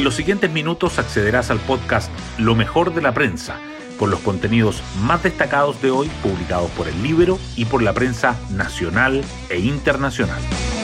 En los siguientes minutos accederás al podcast Lo mejor de la prensa, con los contenidos más destacados de hoy publicados por El Líbero y por la prensa nacional e internacional.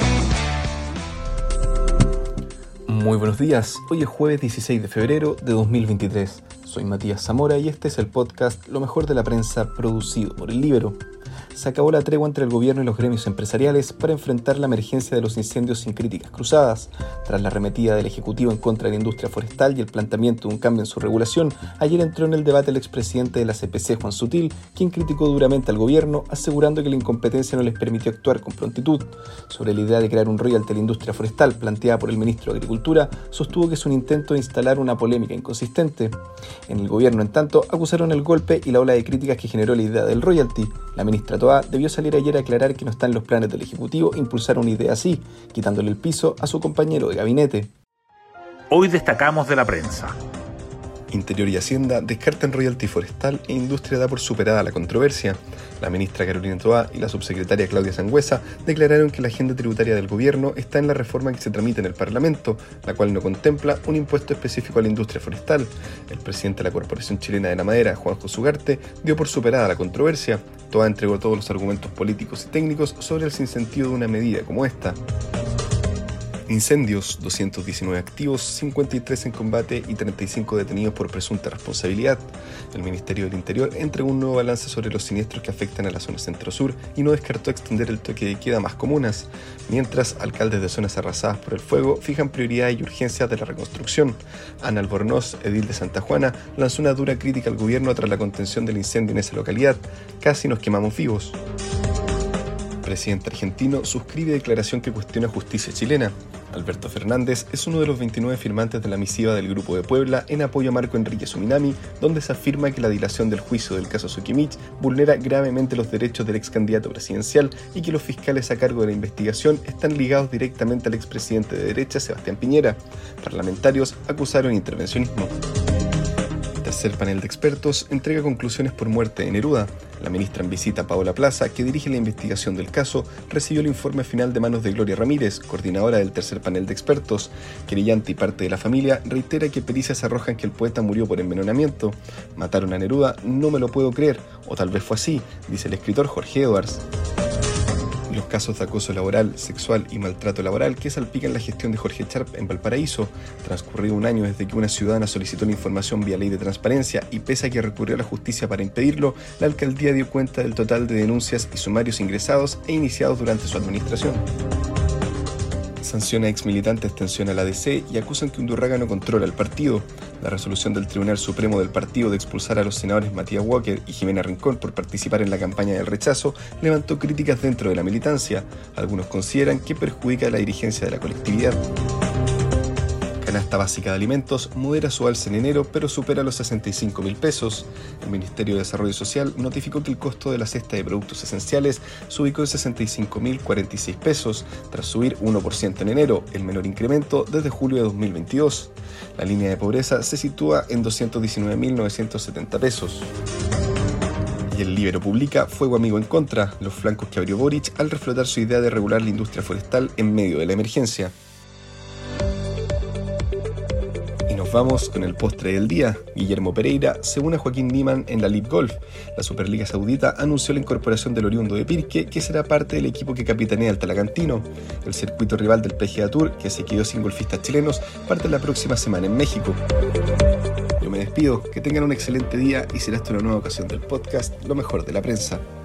Muy buenos días, hoy es jueves 16 de febrero de 2023. Soy Matías Zamora y este es el podcast Lo mejor de la prensa producido por El Líbero. Se acabó la tregua entre el gobierno y los gremios empresariales para enfrentar la emergencia de los incendios sin críticas cruzadas. Tras la arremetida del Ejecutivo en contra de la industria forestal y el planteamiento de un cambio en su regulación, ayer entró en el debate el expresidente de la CPC, Juan Sutil, quien criticó duramente al gobierno, asegurando que la incompetencia no les permitió actuar con prontitud. Sobre la idea de crear un royalty a la industria forestal planteada por el ministro de Agricultura, sostuvo que es un intento de instalar una polémica inconsistente. En el gobierno, en tanto, acusaron el golpe y la ola de críticas que generó la idea del royalty. La ministra Toá debió salir ayer a aclarar que no está en los planes del Ejecutivo impulsar una idea así, quitándole el piso a su compañero de gabinete. Hoy destacamos de la prensa. Interior y Hacienda descartan royalty forestal e Industria da por superada la controversia. La ministra Carolina Toá y la subsecretaria Claudia Sangüesa declararon que la agenda tributaria del gobierno está en la reforma que se tramita en el Parlamento, la cual no contempla un impuesto específico a la industria forestal. El presidente de la Corporación Chilena de la Madera, Juanjo Sugarte, dio por superada la controversia. Toá entregó todos los argumentos políticos y técnicos sobre el sinsentido de una medida como esta. Incendios, 219 activos, 53 en combate y 35 detenidos por presunta responsabilidad. El Ministerio del Interior entregó un nuevo balance sobre los siniestros que afectan a la zona centro-sur y no descartó extender el toque de queda a más comunas, mientras alcaldes de zonas arrasadas por el fuego fijan prioridades y urgencias de la reconstrucción. Ana Albornoz, edil de Santa Juana, lanzó una dura crítica al gobierno tras la contención del incendio en esa localidad. Casi nos quemamos vivos. El presidente argentino suscribe declaración que cuestiona justicia chilena. Alberto Fernández es uno de los 29 firmantes de la misiva del Grupo de Puebla en apoyo a Marco Enrique Suminami, donde se afirma que la dilación del juicio del caso Soquimich vulnera gravemente los derechos del ex candidato presidencial y que los fiscales a cargo de la investigación están ligados directamente al expresidente de derecha Sebastián Piñera. Parlamentarios acusaron intervencionismo. Tercer panel de expertos entrega conclusiones por muerte de Neruda. La ministra en visita, Paola Plaza, que dirige la investigación del caso, recibió el informe final de manos de Gloria Ramírez, coordinadora del tercer panel de expertos. Querellante y parte de la familia reitera que pericias arrojan que el poeta murió por envenenamiento. Mataron a Neruda, no me lo puedo creer, o tal vez fue así, dice el escritor Jorge Edwards. Los casos de acoso laboral, sexual y maltrato laboral que salpican la gestión de Jorge Charp en Valparaíso. Transcurrido un año desde que una ciudadana solicitó la información vía ley de transparencia y pese a que recurrió a la justicia para impedirlo, la alcaldía dio cuenta del total de denuncias y sumarios ingresados e iniciados durante su administración. Sanciona a exmilitantes tensión a la DC y acusan que Undurraga no controla el partido. La resolución del Tribunal Supremo del partido de expulsar a los senadores Matías Walker y Jimena Rincón por participar en la campaña del rechazo levantó críticas dentro de la militancia. Algunos consideran que perjudica a la dirigencia de la colectividad. Canasta básica de alimentos modera su alza en enero, pero supera los 65.000 pesos. El Ministerio de Desarrollo Social notificó que el costo de la cesta de productos esenciales se ubicó en 65.046 pesos, tras subir 1% en enero, el menor incremento desde julio de 2022. La línea de pobreza se sitúa en 219.970 pesos. Y El Líbero publica Fuego amigo en contra, los flancos que abrió Boric al reflotar su idea de regular la industria forestal en medio de la emergencia. Vamos con el postre del día. Guillermo Pereira se une a Joaquín Niemann en la LIV Golf. La Superliga Saudita anunció la incorporación del oriundo de Pirque, que será parte del equipo que capitanea el Talagantino. El circuito rival del PGA Tour, que se quedó sin golfistas chilenos, parte la próxima semana en México. Yo me despido, que tengan un excelente día y será hasta una nueva ocasión del podcast Lo mejor de la prensa.